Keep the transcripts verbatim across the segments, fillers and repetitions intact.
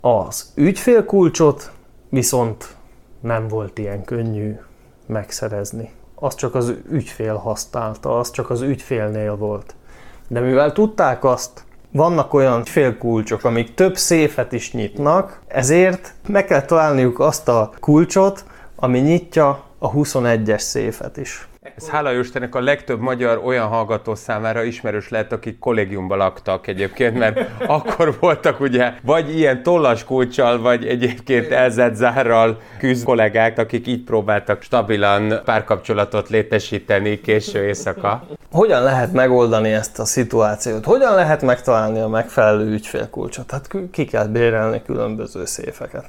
Az ügyfélkulcsot viszont nem volt ilyen könnyű megszerezni. Az csak az ügyfél használta, az csak az ügyfélnél volt. De mivel tudták azt, vannak olyan ügyfélkulcsok, amik több széfet is nyitnak, ezért meg kell találniuk azt a kulcsot, ami nyitja a huszonegyes széfet is. Ez hála Istennek a legtöbb magyar olyan hallgató számára ismerős lehet, akik kollégiumban laktak egyébként, mert akkor voltak ugye vagy ilyen tollas kulccsal, vagy egyébként elzett zárral küzd kollégák, akik így próbáltak stabilan párkapcsolatot létesíteni késő éjszaka. Hogyan lehet megoldani ezt a szituációt? Hogyan lehet megtalálni a megfelelő ügyfélkulcsot? Hát ki kell bérelni különböző széfeket.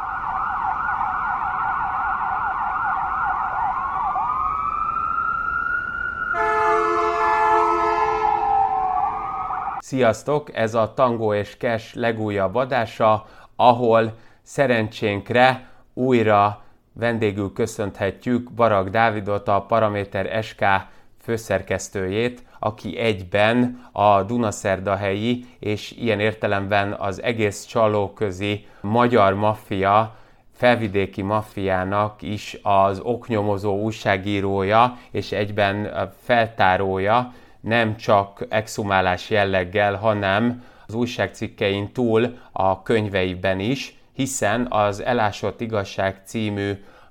Sziasztok! Ez a Tango és Cash legújabb adása, ahol szerencsénkre újra vendégül köszönthetjük Barag Dávidot, a Paraméter es ká főszerkesztőjét, aki egyben a dunaszerdahelyi és ilyen értelemben az egész csallóközi magyar maffia, felvidéki maffiának is az oknyomozó újságírója és egyben feltárója, nem csak exhumálás jelleggel, hanem az újságcikkein túl a könyveiben is, hiszen az Elásott igazság című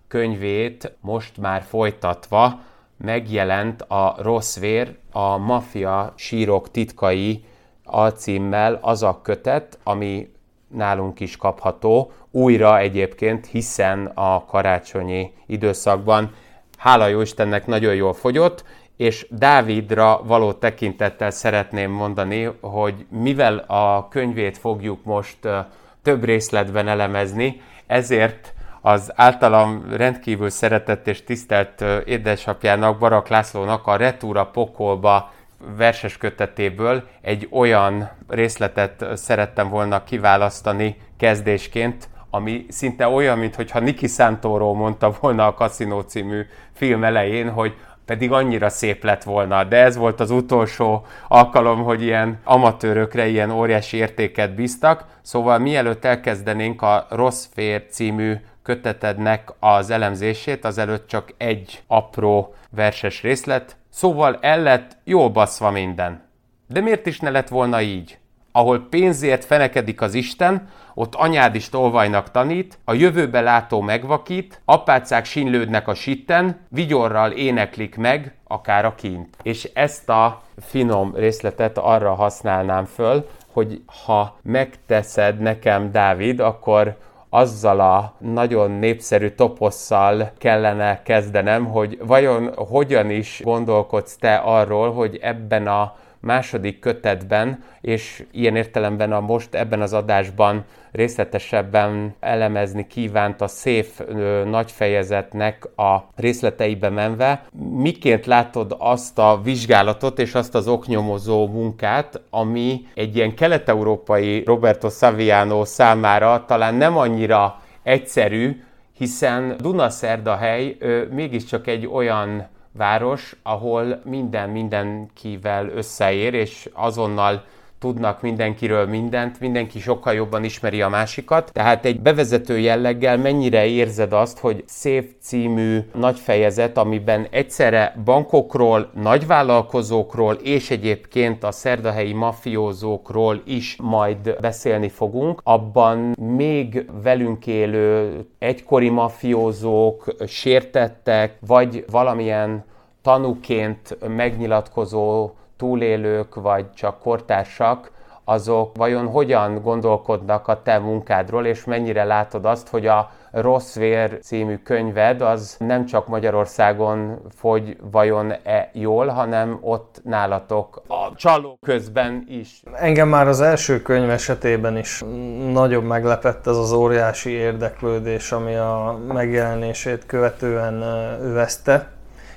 könyvét most már folytatva megjelent a Rossz vér, a maffia sírok titkai alcímmel az a kötet, ami nálunk is kapható, újra egyébként, hiszen a karácsonyi időszakban, hála jó Istennek, nagyon jól fogyott, és Dávidra való tekintettel szeretném mondani, hogy mivel a könyvét fogjuk most több részletben elemezni, ezért az általam rendkívül szeretett és tisztelt édesapjának, Barak Lászlónak a Retúra pokolba verses kötetéből egy olyan részletet szerettem volna kiválasztani kezdésként, ami szinte olyan, mintha Nicky Santoro mondta volna a Casino című film elején, hogy pedig annyira szép lett volna, de ez volt az utolsó alkalom, hogy ilyen amatőrökre ilyen óriási értéket bíztak. Szóval mielőtt elkezdenénk a Rossz vér című kötetednek az elemzését, azelőtt csak egy apró verses részlet. Szóval el lett jól baszva minden. De miért is ne lett volna így? Ahol pénzért fenekedik az Isten, ott anyád is tolvajnak tanít, a jövőbe látó megvakít, apácák sínylődnek a sitten, vigyorral éneklik meg, akár a kint. És ezt a finom részletet arra használnám föl, hogy ha megteszed nekem, Dávid, akkor azzal a nagyon népszerű toposszal kellene kezdenem, hogy vajon hogyan is gondolkodsz te arról, hogy ebben a második kötetben, és ilyen értelemben a most ebben az adásban részletesebben elemezni kívánt a szép nagy fejezetnek a részleteibe menve, miként látod azt a vizsgálatot és azt az oknyomozó munkát, ami egy ilyen kelet-európai Roberto Saviano számára talán nem annyira egyszerű, hiszen Dunaszerdahely mégiscsak egy olyan város, ahol minden mindenkivel összeér, és azonnal tudnak mindenkiről mindent, mindenki sokkal jobban ismeri a másikat. Tehát egy bevezető jelleggel mennyire érzed azt, hogy Szép című nagy fejezet, amiben egyszerre bankokról, nagyvállalkozókról és egyébként a szerdahelyi mafiózókról is majd beszélni fogunk, abban még velünk élő egykori mafiózók, sértettek, vagy valamilyen tanúként megnyilatkozó túlélők, vagy csak kortársak, azok vajon hogyan gondolkodnak a te munkádról, és mennyire látod azt, hogy a Rossz vér című könyved az nem csak Magyarországon fogy vajon-e jól, hanem ott nálatok a csaló közben is. Engem már az első könyv esetében is nagyon meglepett ez az óriási érdeklődés, ami a megjelenését követően övezte,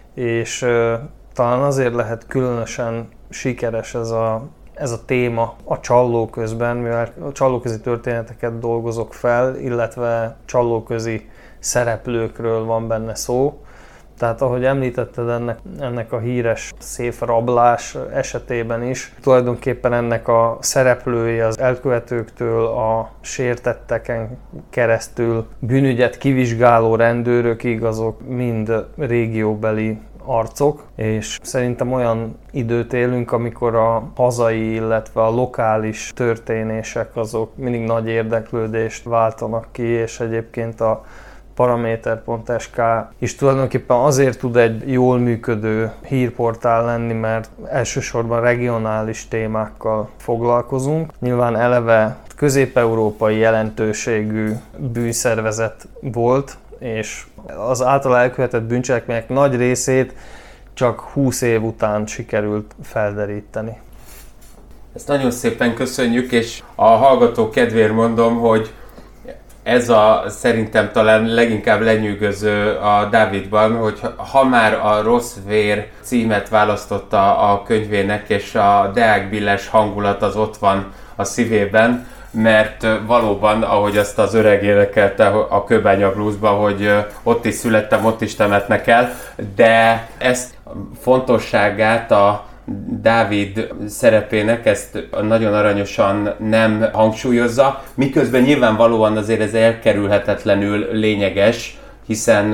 és talán azért lehet különösen sikeres ez a, ez a téma a csallóközben, mivel a csallóközi történeteket dolgozok fel, illetve csallóközi szereplőkről van benne szó. Tehát ahogy említetted, ennek, ennek a híres széfrablás esetében is, tulajdonképpen ennek a szereplői az elkövetőktől a sértetteken keresztül bűnügyet kivizsgáló rendőrökig, azok mind régióbeli arcok, és szerintem olyan időt élünk, amikor a hazai, illetve a lokális történések azok mindig nagy érdeklődést váltanak ki, és egyébként a Paraméter pont es ká is tulajdonképpen azért tud egy jól működő hírportál lenni, mert elsősorban regionális témákkal foglalkozunk. Nyilván eleve közép-európai jelentőségű bűnszervezet volt, és az általa elkövetett bűncselekmények nagy részét csak húsz év után sikerült felderíteni. Ezt nagyon szépen köszönjük, és a hallgató kedvéért mondom, hogy ez a szerintem talán leginkább lenyűgöző a Dávidban, hogy ha már a Rossz vér címet választotta a könyvének, és a Deák Billes hangulat az ott van a szívében, mert valóban, ahogy azt az öreg énekelte a Kőbánya Bluesban, hogy ott is születtem, ott is temetnek el, de ezt a fontosságát a Dávid szerepének ezt nagyon aranyosan nem hangsúlyozza, miközben nyilvánvalóan azért ez elkerülhetetlenül lényeges, hiszen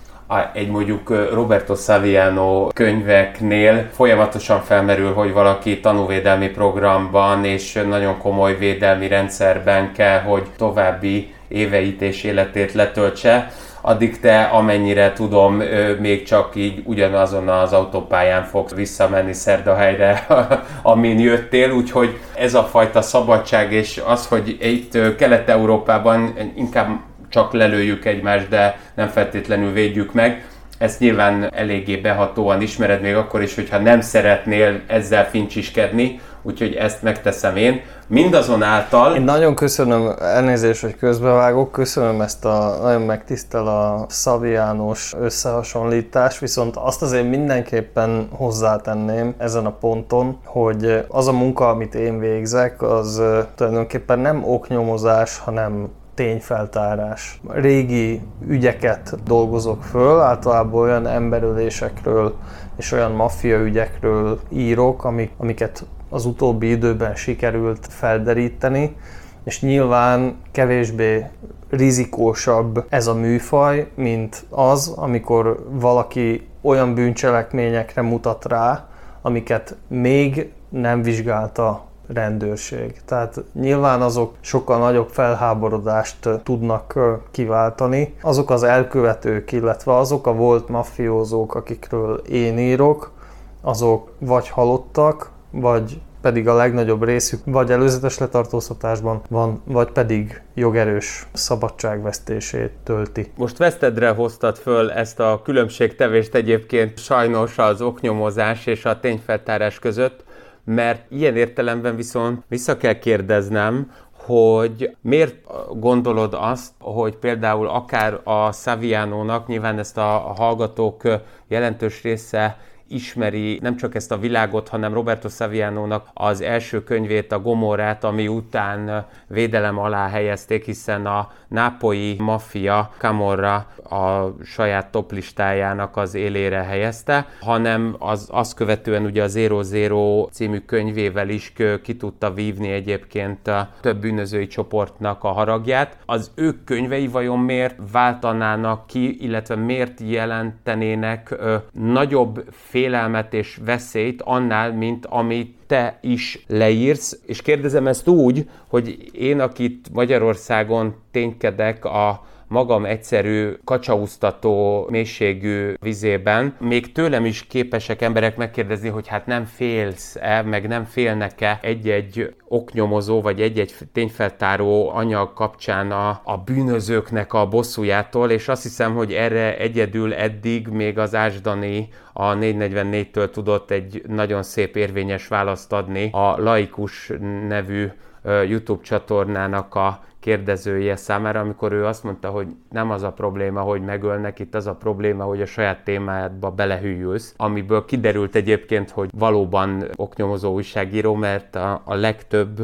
egy mondjuk Roberto Saviano könyveknél folyamatosan felmerül, hogy valaki tanúvédelmi programban és nagyon komoly védelmi rendszerben kell, hogy további éveit és életét letöltse, addig te, amennyire tudom, még csak így ugyanazon az autópályán fogsz visszamenni Szerdahelyre, amin jöttél, úgyhogy ez a fajta szabadság és az, hogy itt Kelet-Európában inkább csak lelőjük egymást, de nem feltétlenül védjük meg, ezt nyilván eléggé behatóan ismered még akkor is, hogyha nem szeretnél ezzel fincsiskedni, úgyhogy ezt megteszem én. Mindazonáltal... Én nagyon köszönöm, elnézést, hogy közbevágok, köszönöm ezt a nagyon megtisztel a Savianos összehasonlítást, viszont azt azért mindenképpen hozzátenném ezen a ponton, hogy az a munka, amit én végzek, az tulajdonképpen nem oknyomozás, hanem tényfeltárás. Régi ügyeket dolgozok föl, általában olyan emberölésekről és olyan maffia ügyekről írok, amik, amiket az utóbbi időben sikerült felderíteni, és nyilván kevésbé rizikósabb ez a műfaj, mint az, amikor valaki olyan bűncselekményekre mutat rá, amiket még nem vizsgálta rendőrség. Tehát nyilván azok sokkal nagyobb felháborodást tudnak kiváltani. Azok az elkövetők, illetve azok a volt maffiózók, akikről én írok, azok vagy halottak, vagy pedig a legnagyobb részük vagy előzetes letartóztatásban van, vagy pedig jogerős szabadságvesztését tölti. Most vesztedre hoztad föl ezt a különbségtevést egyébként sajnos az oknyomozás és a tényfeltárás között, mert ilyen értelemben viszont vissza kell kérdeznem, hogy miért gondolod azt, hogy például akár a Savianónak, nyilván ezt a hallgatók jelentős része ismeri nem csak ezt a világot, hanem Roberto Savianónak az első könyvét, a Gomorrát, ami után védelem alá helyezték, hiszen a nápolyi maffia Camorra a saját toplistájának az élére helyezte, hanem az, azt követően ugye a Zero Zero című könyvével is ki tudta vívni egyébként a több bűnözői csoportnak a haragját. Az ő könyvei vajon miért váltanának ki, illetve miért jelentenének ö, nagyobb félelmet és veszélyt annál, mint amit te is leírsz, és kérdezem ezt úgy, hogy én, akit Magyarországon ténykedek a magam egyszerű, kacsaúztató mélységű vizében, még tőlem is képesek emberek megkérdezni, hogy hát nem félsz-e, meg nem félnek-e egy-egy oknyomozó, vagy egy-egy tényfeltáró anyag kapcsán a, a bűnözőknek a bosszújától, és azt hiszem, hogy erre egyedül eddig még az Ásdani a négyszáznegyvennégytől tudott egy nagyon szép érvényes választ adni a Laikus nevű YouTube csatornának a kérdezője számára, amikor ő azt mondta, hogy nem az a probléma, hogy megölnek, itt az a probléma, hogy a saját témádba belehűlsz, amiből kiderült egyébként, hogy valóban oknyomozó újságíró, mert a, a legtöbb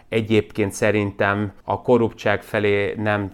egyébként szerintem a korruptság felé nem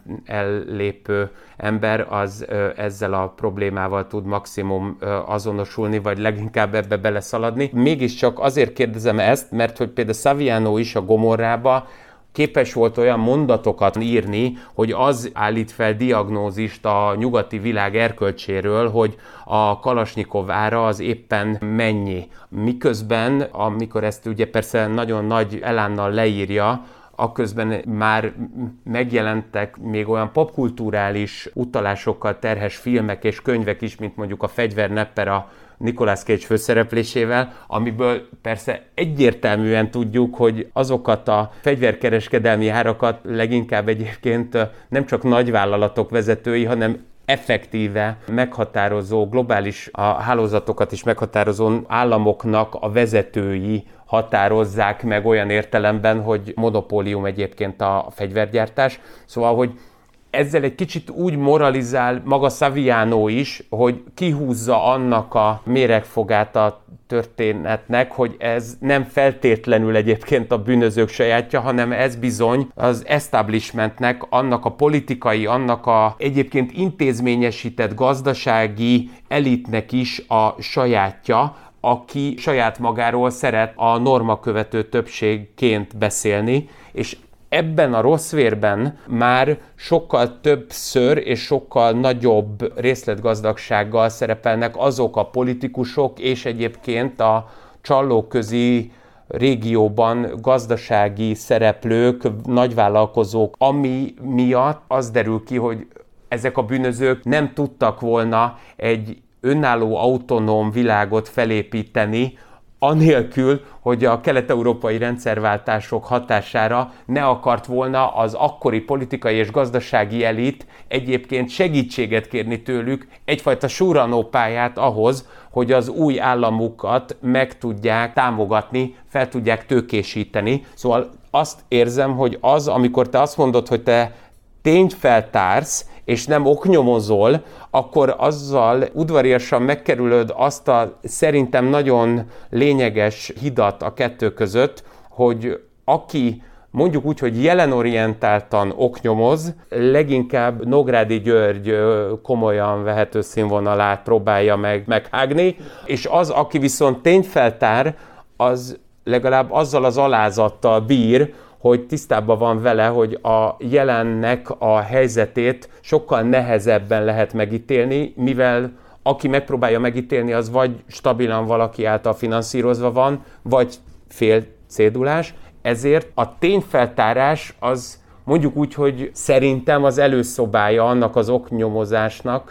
ellépő ember, az ezzel a problémával tud maximum azonosulni, vagy leginkább ebbe beleszaladni. Mégiscsak azért kérdezem ezt, mert hogy például Saviano is a Gomorrába képes volt olyan mondatokat írni, hogy az állít fel diagnózist a nyugati világ erkölcséről, hogy a Kalasnyikov ára az éppen mennyi. Miközben, amikor ezt ugye persze nagyon nagy elánnal leírja, akközben már megjelentek még olyan popkulturális utalásokkal terhes filmek és könyvek is, mint mondjuk a Fegyvernepper a Nicolas Cage főszereplésével, amiből persze egyértelműen tudjuk, hogy azokat a fegyverkereskedelmi árakat leginkább egyébként nem csak nagyvállalatok vezetői, hanem effektíve meghatározó, globális a hálózatokat is meghatározó államoknak a vezetői határozzák meg olyan értelemben, hogy monopólium egyébként a fegyvergyártás. Szóval, hogy ezzel egy kicsit úgy moralizál maga Saviano is, hogy kihúzza annak a méregfogát a történetnek, hogy ez nem feltétlenül egyébként a bűnözők sajátja, hanem ez bizony az establishmentnek, annak a politikai, annak a egyébként intézményesített gazdasági elitnek is a sajátja, aki saját magáról szeret a normakövető többségként beszélni, és ebben a rossz vérben már sokkal többször és sokkal nagyobb részletgazdagsággal szerepelnek azok a politikusok és egyébként a csallóközi régióban gazdasági szereplők, nagyvállalkozók, ami miatt az derül ki, hogy ezek a bűnözők nem tudtak volna egy önálló, autonóm világot felépíteni, anélkül, hogy a kelet-európai rendszerváltások hatására ne akart volna az akkori politikai és gazdasági elit egyébként segítséget kérni tőlük, egyfajta surranópályát ahhoz, hogy az új államukat meg tudják támogatni, fel tudják tőkésíteni. Szóval azt érzem, hogy az, amikor te azt mondod, hogy te tényt feltársz, és nem oknyomozol, akkor azzal udvariasan megkerülöd azt a szerintem nagyon lényeges hidat a kettő között, hogy aki mondjuk úgy, hogy jelenorientáltan oknyomoz, leginkább Nógrádi György komolyan vehető színvonalát próbálja meg meghágni, és az, aki viszont tényt feltár, az legalább azzal az alázattal bír, hogy tisztában van vele, hogy a jelennek a helyzetét sokkal nehezebben lehet megítélni, mivel aki megpróbálja megítélni, az vagy stabilan valaki által finanszírozva van, vagy fél cédulás. Ezért a tényfeltárás az mondjuk úgy, hogy szerintem az előszobája annak az oknyomozásnak,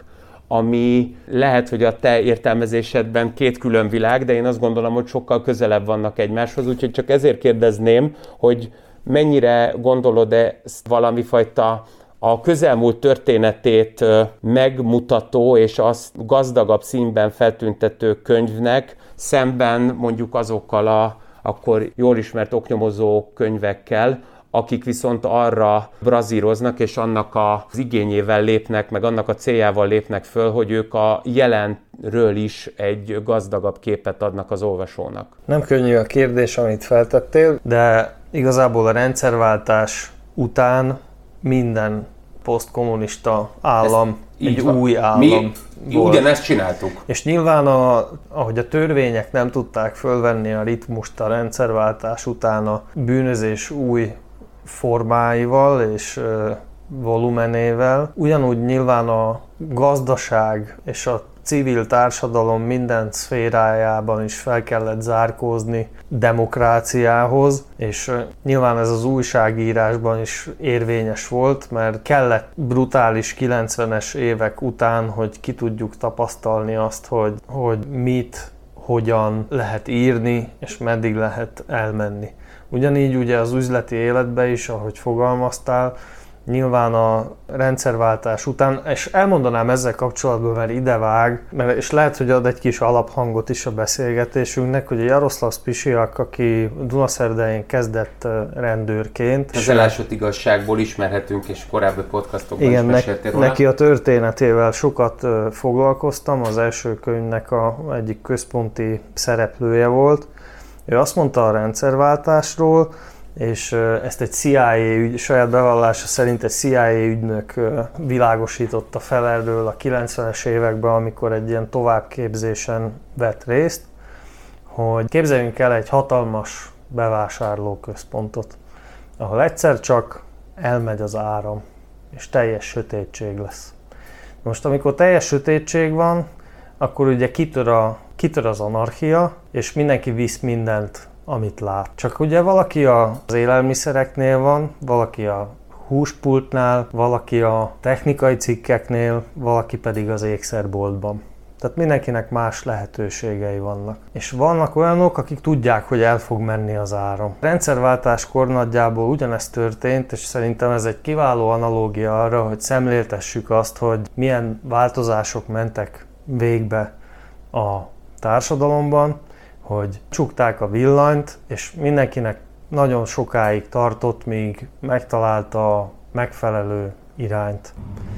ami lehet, hogy a te értelmezésedben két külön világ, de én azt gondolom, hogy sokkal közelebb vannak egymáshoz, úgyhogy csak ezért kérdezném, hogy mennyire gondolod ezt valami fajta a közelmúlt történetét megmutató és azt gazdagabb színben feltüntető könyvnek szemben mondjuk azokkal a akkor jól ismert oknyomozó könyvekkel, akik viszont arra brazíroznak és annak az igényével lépnek, meg annak a céljával lépnek föl, hogy ők a jelenről is egy gazdagabb képet adnak az olvasónak. Nem könnyű a kérdés, amit feltettél, de igazából a rendszerváltás után minden posztkommunista állam ez egy új állam Mi volt. Ugyanezt csináltuk. És nyilván, a, ahogy a törvények nem tudták fölvenni a ritmust a rendszerváltás után a bűnözés új formáival és ö, volumenével, ugyanúgy nyilván a gazdaság és a civil társadalom minden szférájában is fel kellett zárkózni demokráciához, és nyilván ez az újságírásban is érvényes volt, mert kellett brutális kilencvenes évek után, hogy ki tudjuk tapasztalni azt, hogy, hogy mit, hogyan lehet írni, és meddig lehet elmenni. Ugyanígy ugye az üzleti életbe is, ahogy fogalmaztál, nyilván a rendszerváltás után, és elmondanám ezzel kapcsolatban, mert idevág, mert, és lehet, hogy ad egy kis alaphangot is a beszélgetésünknek, hogy a Jaroszlav Spisiak, aki Dunaszerdején kezdett rendőrként. Az elásott igazságból ismerhetünk, és korábbi podcastokban igen, is meséltél róla. Neki a történetével sokat foglalkoztam, az első könyvnek a egyik központi szereplője volt. Ő azt mondta a rendszerváltásról, és ezt egy C I A ügy, saját bevallása szerint egy C I A ügynök világosította fel erről a kilencvenes években, amikor egy ilyen továbbképzésen vett részt, hogy képzeljünk el egy hatalmas bevásárlóközpontot, ahol egyszer csak elmegy az áram, és teljes sötétség lesz. Most amikor teljes sötétség van, akkor ugye kitör, a, kitör az anarchia, és mindenki visz mindent, amit lát. Csak ugye valaki az élelmiszereknél van, valaki a húspultnál, valaki a technikai cikkeknél, valaki pedig az ékszerboltban. Tehát mindenkinek más lehetőségei vannak. És vannak olyanok, akik tudják, hogy el fog menni az áram. A rendszerváltáskor nagyjából ugyanezt történt, és szerintem ez egy kiváló analógia arra, hogy szemléltessük azt, hogy milyen változások mentek végbe a társadalomban, hogy csukták a villanyt, és mindenkinek nagyon sokáig tartott, míg megtalálta a megfelelő irányt.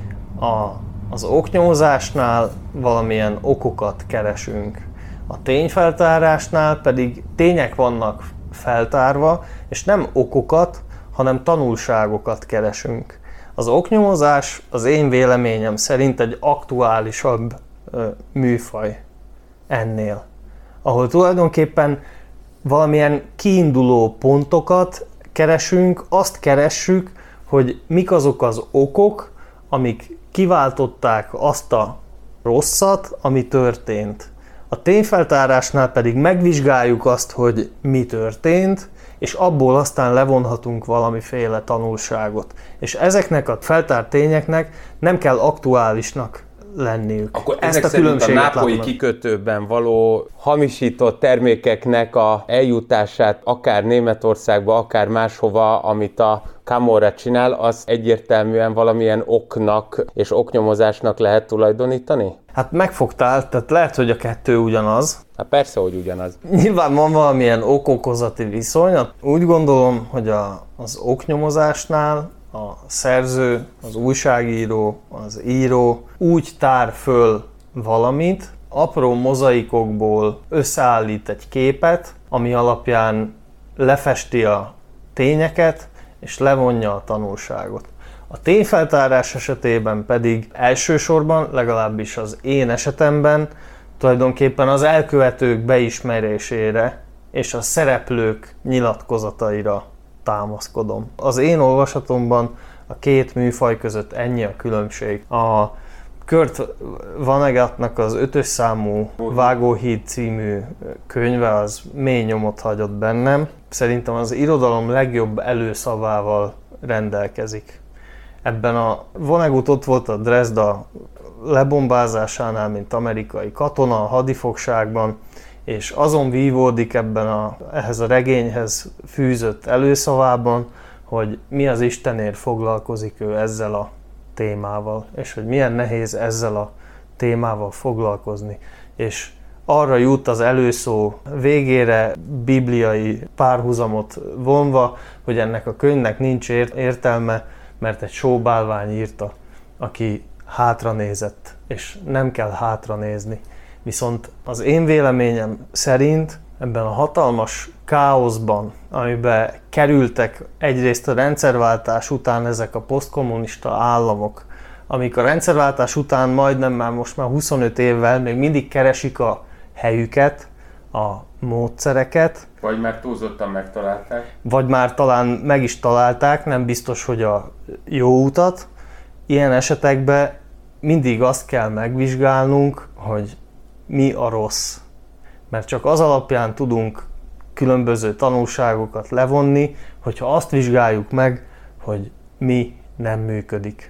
A, az oknyomozásnál valamilyen okokat keresünk. A tényfeltárásnál pedig tények vannak feltárva, és nem okokat, hanem tanulságokat keresünk. Az oknyomozás az én véleményem szerint egy aktuálisabb ö, műfaj ennél, ahol tulajdonképpen valamilyen kiinduló pontokat keresünk, azt keressük, hogy mik azok az okok, amik kiváltották azt a rosszat, ami történt. A tényfeltárásnál pedig megvizsgáljuk azt, hogy mi történt, és abból aztán levonhatunk valamiféle tanulságot. És ezeknek a feltárt tényeknek nem kell aktuálisnak lenniük. Akkor ezek Ezt a szerint a nápolyi kikötőben való hamisított termékeknek a eljutását akár Németországba, akár máshova, amit a Camorra csinál, az egyértelműen valamilyen oknak és oknyomozásnak lehet tulajdonítani? Hát megfogtál, tehát lehet, hogy a kettő ugyanaz. Hát persze, hogy ugyanaz. Nyilván van valamilyen ok-okozati viszony. Úgy gondolom, hogy a, az oknyomozásnál a szerző, az újságíró, az író úgy tár föl valamit, apró mozaikokból összeállít egy képet, ami alapján lefesti a tényeket, és levonja a tanulságot. A tényfeltárás esetében pedig elsősorban, legalábbis az én esetemben, tulajdonképpen az elkövetők beismerésére és a szereplők nyilatkozataira támaszkodom. Az én olvasatomban a két műfaj között ennyi a különbség. A Kurt Vonnegutnak az ötös számú Vágóhíd című könyve az mély nyomot hagyott bennem. Szerintem az irodalom legjobb előszavával rendelkezik. Ebben a Vonnegut ott volt a Dresda lebombázásánál, mint amerikai katona a hadifogságban, és azon vívódik ebben a, ehhez a regényhez fűzött előszavában, hogy mi az Istenért foglalkozik ő ezzel a témával, és hogy milyen nehéz ezzel a témával foglalkozni. És arra jut az előszó végére bibliai párhuzamot vonva, hogy ennek a könyvnek nincs értelme, mert egy sóbálvány írta, aki hátranézett, és nem kell hátranézni. Viszont az én véleményem szerint ebben a hatalmas káoszban, amiben kerültek egyrészt a rendszerváltás után ezek a posztkommunista államok, amik a rendszerváltás után majdnem már most már huszonöt évvel még mindig keresik a helyüket, a módszereket. Vagy már túlzottan megtalálták. Vagy már talán meg is találták, nem biztos, hogy a jó utat. Ilyen esetekben mindig azt kell megvizsgálnunk, hogy mi a rossz. Mert csak az alapján tudunk különböző tanulságokat levonni, hogyha azt vizsgáljuk meg, hogy mi nem működik.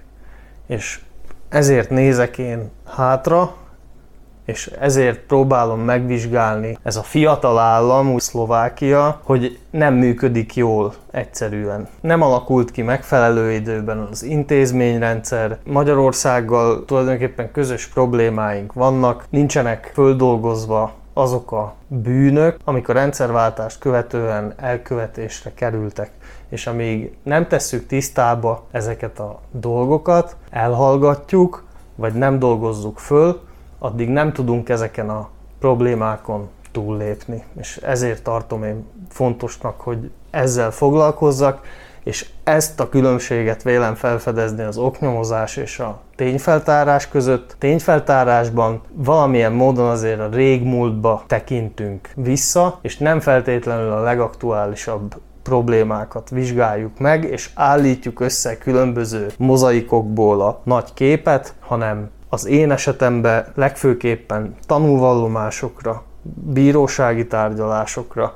És ezért nézek én hátra, és ezért próbálom megvizsgálni ez a fiatal állam, úgy Szlovákia, hogy nem működik jól egyszerűen. Nem alakult ki megfelelő időben az intézményrendszer. Magyarországgal tulajdonképpen közös problémáink vannak, nincsenek földolgozva azok a bűnök, amik a rendszerváltást követően elkövetésre kerültek. És amíg nem tesszük tisztába ezeket a dolgokat, elhallgatjuk, vagy nem dolgozzuk föl, addig nem tudunk ezeken a problémákon túllépni. És ezért tartom én fontosnak, hogy ezzel foglalkozzak, és ezt a különbséget vélem felfedezni az oknyomozás és a tényfeltárás között. Tényfeltárásban valamilyen módon azért a régmúltba tekintünk vissza, és nem feltétlenül a legaktuálisabb problémákat vizsgáljuk meg, és állítjuk össze különböző mozaikokból a nagy képet, hanem az én esetemben legfőképpen tanúvallomásokra, bírósági tárgyalásokra,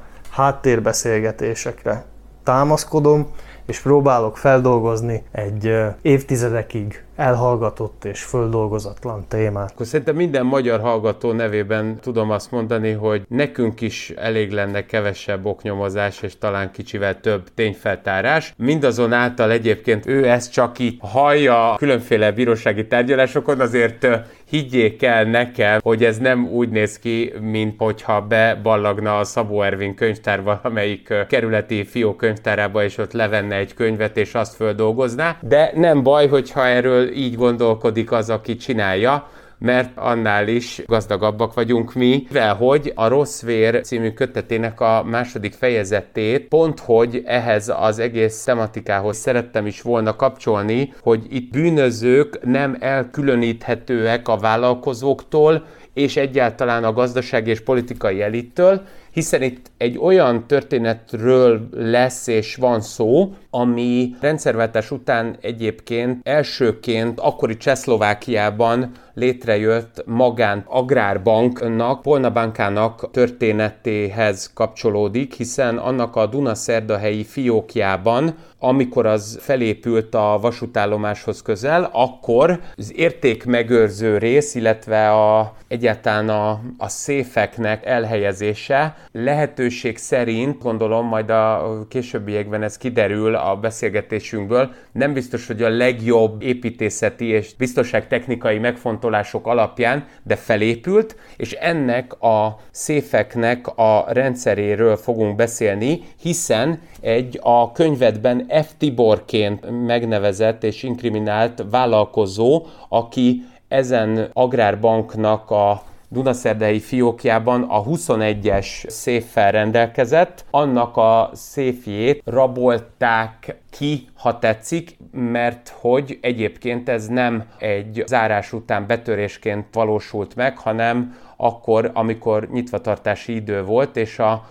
háttérbeszélgetésekre támaszkodom, és próbálok feldolgozni egy évtizedekig elhallgatott és földolgozatlan témát. Akkor szerintem minden magyar hallgató nevében tudom azt mondani, hogy nekünk is elég lenne kevesebb oknyomozás, és talán kicsivel több tényfeltárás. Mindazonáltal egyébként ő ezt csak így hallja különféle bírósági tárgyalásokon, azért higgyék el nekem, hogy ez nem úgy néz ki, mint hogyha beballagna a Szabó Ervin könyvtár valamelyik kerületi fiókönyvtárába, és ott levenne egy könyvet, és azt földolgozná. De nem baj, hogyha erről így gondolkodik az, aki csinálja, mert annál is gazdagabbak vagyunk mi, mivel hogy a Rossz Vér című kötetének a második fejezetét pont, hogy ehhez az egész tematikához szerettem is volna kapcsolni, hogy itt bűnözők nem elkülöníthetőek a vállalkozóktól, és egyáltalán a gazdasági és politikai elittől, hiszen itt egy olyan történetről lesz és van szó, ami rendszerváltás után egyébként elsőként akkori Csehszlovákiában létrejött magán agrárbanknak, Polna Bankának történetéhez kapcsolódik, hiszen annak a Dunaszerdahelyi fiókjában, amikor az felépült a vasútállomáshoz közel, akkor az értékmegőrző rész, illetve a, egyáltalán a, a széfeknek elhelyezése lehetőség szerint, gondolom majd a későbbiekben ez kiderül a beszélgetésünkből, nem biztos, hogy a legjobb építészeti és biztonságtechnikai megfontolások alapján, de felépült, és ennek a széfeknek a rendszeréről fogunk beszélni, hiszen egy a könyvedben F. Tiborként megnevezett és inkriminált vállalkozó, aki ezen agrárbanknak a Dunaszerdahelyi fiókjában a huszonegyes széffel rendelkezett, annak a széfjét rabolták ki, ha tetszik, mert hogy egyébként ez nem egy zárás után betörésként valósult meg, hanem akkor, amikor nyitvatartási idő volt, és a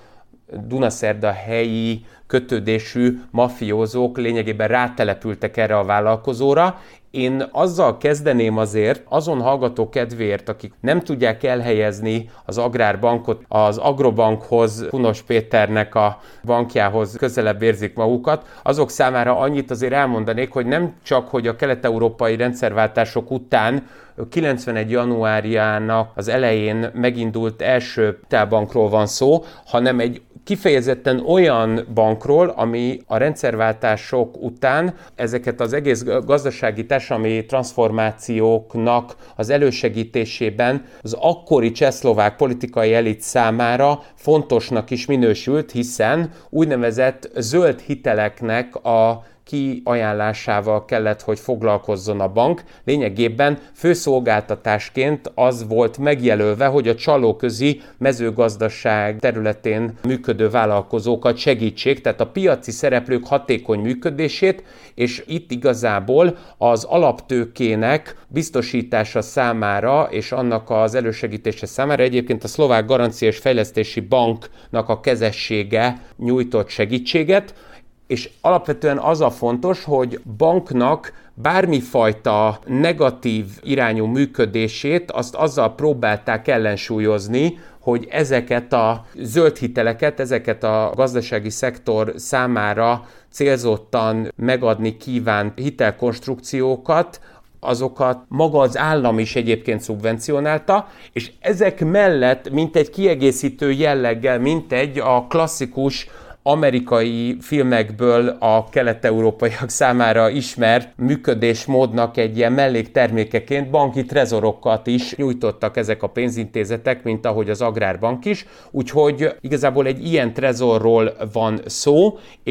Dunaszerdahelyi kötődésű mafiózók lényegében rátelepültek erre a vállalkozóra. Én azzal kezdeném azért, azon hallgató kedvéért, akik nem tudják elhelyezni az Agrárbankot az Agrobankhoz, Hunos Péternek a bankjához közelebb érzik magukat, azok számára annyit azért elmondanék, hogy nem csak, hogy a kelet-európai rendszerváltások után kilencvenegy januárjának az elején megindult első hitelbankról van szó, hanem egy kifejezetten olyan bankról, ami a rendszerváltások után ezeket az egész gazdasági társadalmi transformációknak az elősegítésében az akkori csehszlovák politikai elit számára fontosnak is minősült, hiszen úgynevezett zöld hiteleknek a kiajánlásával kellett, hogy foglalkozzon a bank. Lényegében főszolgáltatásként az volt megjelölve, hogy a csalóközi mezőgazdaság területén működő vállalkozókat segítsék, tehát a piaci szereplők hatékony működését, és itt igazából az alaptőkének biztosítása számára és annak az elősegítése számára egyébként a Szlovák Garancia és Fejlesztési Banknak a kezessége nyújtott segítséget, és alapvetően az a fontos, hogy banknak bármifajta negatív irányú működését azt azzal próbálták ellensúlyozni, hogy ezeket a zöld hiteleket, ezeket a gazdasági szektor számára célzottan megadni kívánt hitelkonstrukciókat, azokat maga az állam is egyébként szubvencionálta, és ezek mellett mint egy kiegészítő jelleggel, mint egy a klasszikus amerikai filmekből a kelet-európaiak számára ismert működésmódnak egy ilyen melléktermékeként banki trezorokat is nyújtottak ezek a pénzintézetek, mint ahogy az Agrárbank is, úgyhogy igazából egy ilyen trezorról van szó, és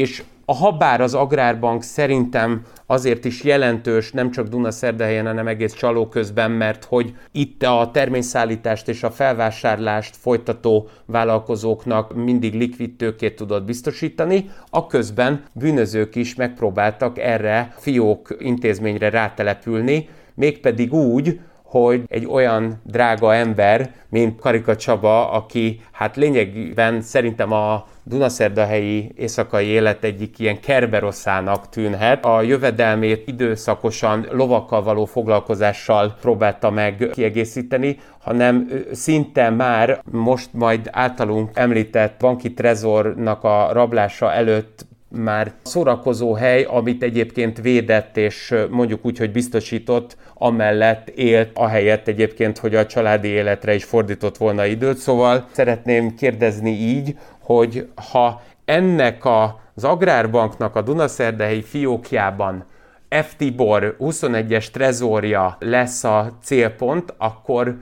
A habár az Agrárbank szerintem azért is jelentős, nem csak Dunaszerdahelyen, hanem egész Csalóközben, mert hogy itt a terményszállítást és a felvásárlást folytató vállalkozóknak mindig likvid tőkét tudott biztosítani, a közben bűnözők is megpróbáltak erre fiók intézményre rátelepülni, mégpedig úgy, hogy egy olyan drága ember, mint Karika Csaba, aki hát lényegében szerintem a dunaszerdahelyi éjszakai élet egyik ilyen kerberosszának tűnhet. A jövedelmét időszakosan lovakkal való foglalkozással próbálta meg kiegészíteni, hanem szinte már most majd általunk említett banki trezornak a rablása előtt már szórakozó hely, amit egyébként védett és mondjuk úgy, hogy biztosított, amellett élt, ahelyett egyébként, hogy a családi életre is fordított volna időt. Szóval szeretném kérdezni így, hogy ha ennek a, az Agrárbanknak a dunaszerdahelyi fiókjában F. Tibor huszonegyes trezorja lesz a célpont, akkor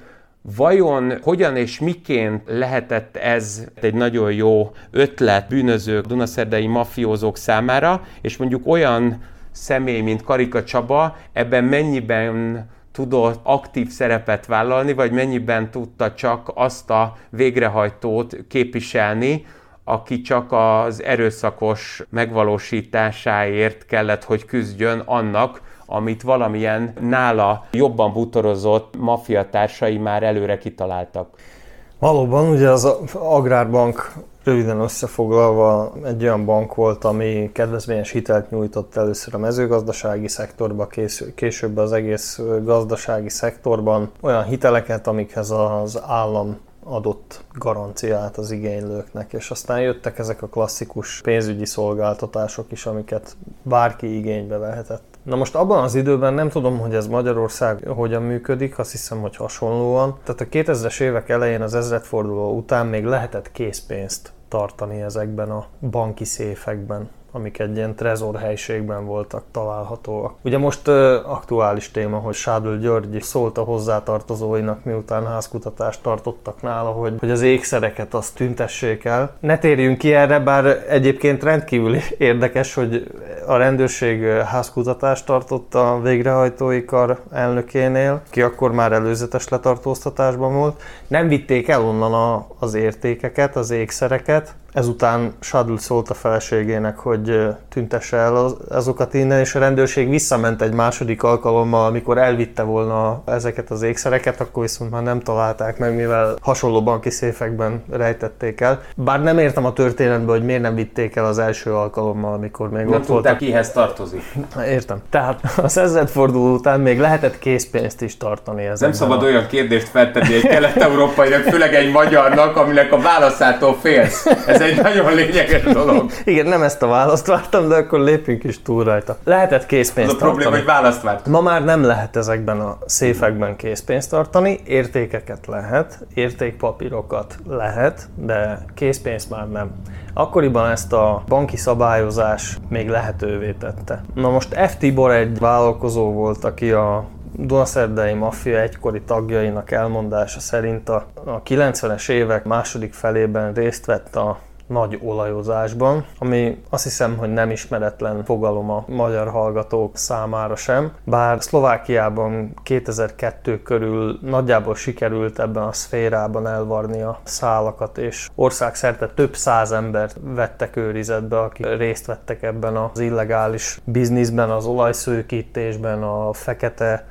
vajon hogyan és miként lehetett ez egy nagyon jó ötlet bűnözők, dunaszerdahelyi mafiózók számára, és mondjuk olyan személy, mint Karika Csaba, ebben mennyiben tudott aktív szerepet vállalni, vagy mennyiben tudta csak azt a végrehajtót képviselni, aki csak az erőszakos megvalósításáért kellett, hogy küzdjön annak, amit valamilyen nála jobban bútorozott maffiatársai már előre kitaláltak. Valóban, ugye az Agrárbank röviden összefoglalva egy olyan bank volt, ami kedvezményes hitelt nyújtott először a mezőgazdasági szektorba, később az egész gazdasági szektorban. Olyan hiteleket, amikhez az állam adott garanciát az igénylőknek, és aztán jöttek ezek a klasszikus pénzügyi szolgáltatások is, amiket bárki igénybe vehetett. Na most abban az időben nem tudom, hogy ez Magyarország hogyan működik, azt hiszem, hogy hasonlóan. Tehát a kétezres évek elején, az ezredforduló után még lehetett készpénzt tartani ezekben a banki széfekben, amik egy ilyen trezorhelyiségben voltak találhatóak. Ugye most uh, aktuális téma, hogy Sádl György szólt a hozzátartozóinak, miután házkutatást tartottak nála, hogy, hogy az ékszereket azt tüntessék el. Ne térjünk ki erre, bár egyébként rendkívül érdekes, hogy a rendőrség házkutatást tartott a végrehajtói kar elnökénél, ki akkor már előzetes letartóztatásban volt. Nem vitték el onnan a, az értékeket, az ékszereket. Ezután Sádl szólt a feleségének, hogy tüntesse el azokat innen, és a rendőrség visszament egy második alkalommal, amikor elvitte volna ezeket az ékszereket, akkor viszont már nem találták meg, mivel hasonló banki széfekben rejtették el. Bár nem értem a történetben, hogy miért nem vitték el az első alkalommal, amikor még nem ott voltak. Nem kihez tartozik. Értem. Tehát az ezredforduló után még lehetett készpénzt is tartani ezekben. Nem szabad a... olyan kérdést feltenni egy kelet-európainak, főleg egy magyarnak, aminek a válaszától félsz. Ez egy nagyon lényeges dolog. Igen, nem ezt a választ vártam, de akkor lépjünk is túl rajta. Lehetett készpénzt tartani. Az a probléma, hogy választ vártam. Ma már nem lehet ezekben a széfekben készpénzt tartani, értékeket lehet, értékpapírokat lehet, de készpénzt már nem. Akkoriban ezt a banki szabályozás még lehetővé tette. Na most F. Tibor egy vállalkozó volt, aki a dunaszerdahelyi maffia egykori tagjainak elmondása szerint a, a kilencvenes évek második felében részt vett a nagy olajozásban, ami azt hiszem, hogy nem ismeretlen fogalom a magyar hallgatók számára sem, bár Szlovákiában kétezer-kettő körül nagyjából sikerült ebben a szférában elvarni a szálakat, és országszerte több száz embert vettek őrizetbe, akik részt vettek ebben az illegális bizniszben, az olajszőkítésben, a fekete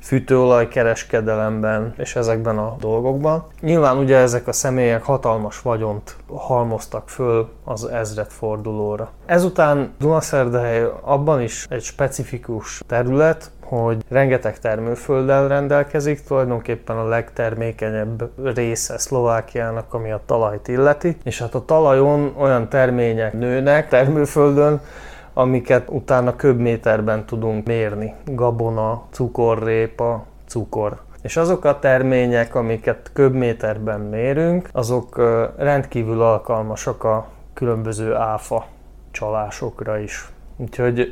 fűtőolajkereskedelemben és ezekben a dolgokban. Nyilván ugye ezek a személyek hatalmas vagyont halmoztak föl az ezredfordulóra. Ezután Dunaszerdahely abban is egy specifikus terület, hogy rengeteg termőfölddel rendelkezik, tulajdonképpen a legtermékenyebb része Szlovákiának, ami a talajt illeti, és hát a talajon olyan termények nőnek termőföldön, amiket utána köbméterben tudunk mérni. Gabona, cukorrépa, cukor. És azok a termények, amiket köbméterben mérünk, azok rendkívül alkalmasak a különböző áfa csalásokra is. Úgyhogy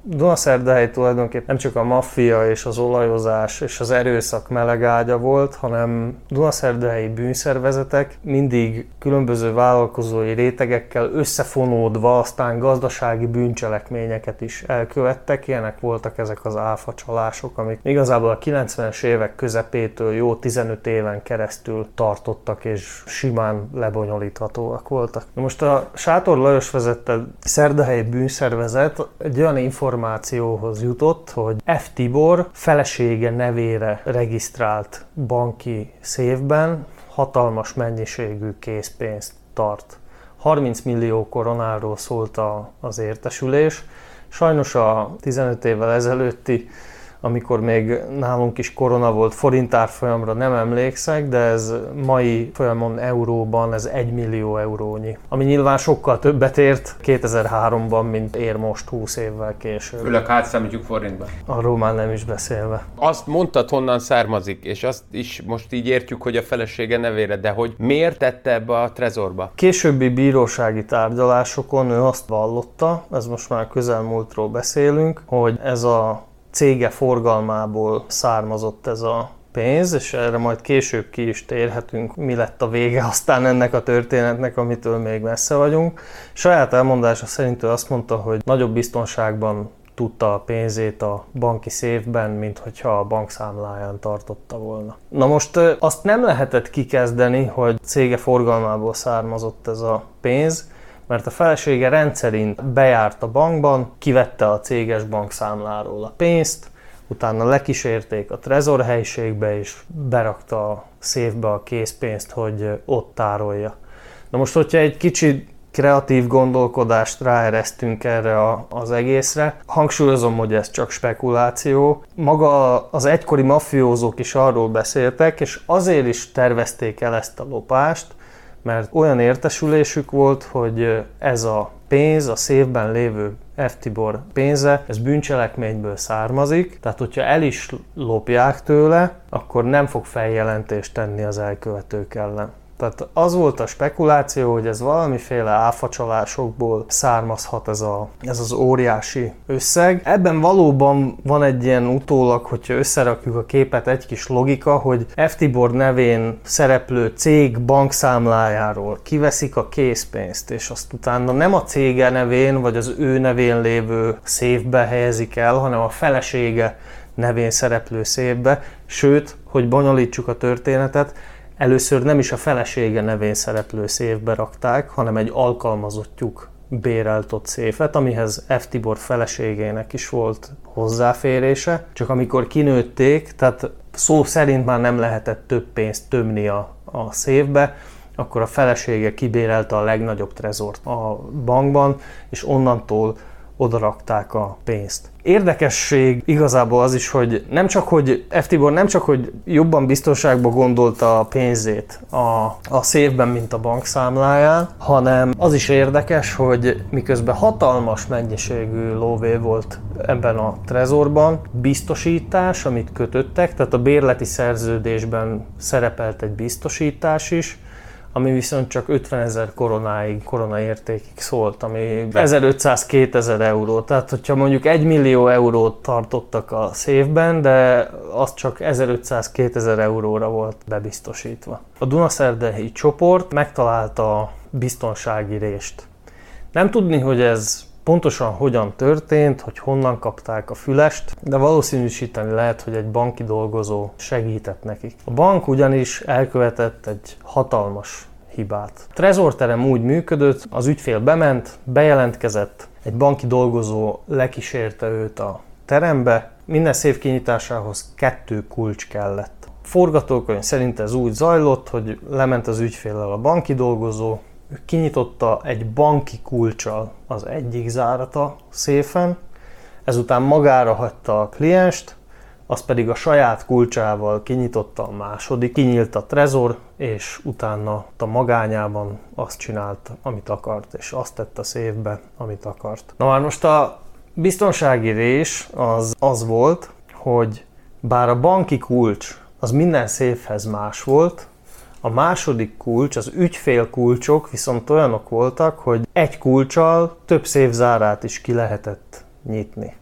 Dunaszerdahely tulajdonképpen nem csak a maffia és az olajozás és az erőszak melegágya volt, hanem dunaszerdahelyi bűnszervezetek mindig különböző vállalkozói rétegekkel összefonódva aztán gazdasági bűncselekményeket is elkövettek. Ilyenek voltak ezek az áfacsalások, amik igazából a kilencvenes évek közepétől jó tizenöt éven keresztül tartottak és simán lebonyolíthatóak voltak. Na most a Sátor Lajos vezette szerdahelyi bűnszervezet egy olyan információhoz jutott, hogy F. Tibor felesége nevére regisztrált banki széfben hatalmas mennyiségű készpénzt tart. harminc millió koronáról szólt a, az értesülés. Sajnos a tizenöt évvel ezelőtti, amikor még nálunk is korona volt, forintárfolyamra nem emlékszek, de ez mai folyamon euróban ez egy millió eurónyi. Ami nyilván sokkal többet ért kétezer-háromban, mint ér most húsz évvel később. Főleg átszámítjuk forintban. Arról már nem is beszélve. Azt mondtad, honnan származik, és azt is most így értjük, hogy a felesége nevére, de hogy miért tette ebbe a trezorba? Későbbi bírósági tárgyalásokon ő azt vallotta, ez most már közelmúltról beszélünk, hogy ez a cége forgalmából származott ez a pénz, és erre majd később ki is térhetünk, mi lett a vége aztán ennek a történetnek, amitől még messze vagyunk. Saját elmondása szerint ő azt mondta, hogy nagyobb biztonságban tudta a pénzét a banki széfben, mint hogyha a bankszámláján tartotta volna. Na most azt nem lehetett kikezdeni, hogy cége forgalmából származott ez a pénz, mert a felesége rendszerint bejárt a bankban, kivette a céges bankszámláról a pénzt, utána lekísérték a trezorhelyiségbe és berakta a széfbe a készpénzt, hogy ott tárolja. Na most, hogyha egy kicsit kreatív gondolkodást ráeresztünk erre a, az egészre, hangsúlyozom, hogy ez csak spekuláció. Maga az egykori mafiózók is arról beszéltek, és azért is tervezték el ezt a lopást, mert olyan értesülésük volt, hogy ez a pénz, a széfben lévő F. Tibor pénze, ez bűncselekményből származik, tehát hogyha el is lopják tőle, akkor nem fog feljelentést tenni az elkövetők ellen. Tehát az volt a spekuláció, hogy ez valamiféle áfacsalásokból származhat ez, a, ez az óriási összeg. Ebben valóban van egy ilyen utólag, hogyha összerakjuk a képet, egy kis logika, hogy F. Tibor nevén szereplő cég bankszámlájáról kiveszik a készpénzt, és azt utána nem a cége nevén, vagy az ő nevén lévő széfbe helyezik el, hanem a felesége nevén szereplő széfbe. Sőt, hogy bonyolítsuk a történetet, először nem is a felesége nevén szereplő széfbe rakták, hanem egy alkalmazottjuk bérelt ott széfet, amihez F. Tibor feleségének is volt hozzáférése. Csak amikor kinőtték, tehát szó szerint már nem lehetett több pénzt tömni a, a széfbe, akkor a felesége kibérelte a legnagyobb trezort a bankban, és onnantól odarakták a pénzt. Érdekesség igazából az is, hogy nem csak, hogy F. Tibor nem csak, hogy jobban biztonságba gondolta a pénzét a, a széfben, mint a bankszámláján, hanem az is érdekes, hogy miközben hatalmas mennyiségű lóvé volt ebben a trezorban, biztosítás, amit kötöttek, tehát a bérleti szerződésben szerepelt egy biztosítás is, ami viszont csak ötvenezer koronáig, koronaértékig szólt, ami ezerötszáz-kétezer euró. Tehát, hogyha mondjuk egy millió eurót tartottak a széfben, de az csak ezerötszáz-kétezer euróra volt bebiztosítva. A dunaszerdahelyi csoport megtalálta a biztonsági rést. Nem tudni, hogy ez pontosan hogyan történt, hogy honnan kapták a fülest, de valószínűsíteni lehet, hogy egy banki dolgozó segített nekik. A bank ugyanis elkövetett egy hatalmas hibát. A trezorterem úgy működött, az ügyfél bement, bejelentkezett, egy banki dolgozó lekísérte őt a terembe, minden széf kinyitásához kettő kulcs kellett. A forgatókönyv szerint ez úgy zajlott, hogy lement az ügyféllel a banki dolgozó, ő kinyitotta egy banki kulccsal az egyik zárat a széfen, ezután magára hagyta a klienst, az pedig a saját kulcsával kinyitotta a második, kinyílt a trezor, és utána a magányában azt csinált, amit akart, és azt tett a széfbe, amit akart. Na már most a biztonsági rés az, az volt, hogy bár a banki kulcs az minden széfhez más volt, a második kulcs, az ügyfél kulcsok viszont olyanok voltak, hogy egy kulccsal több széf zárát is ki lehetett nyitni.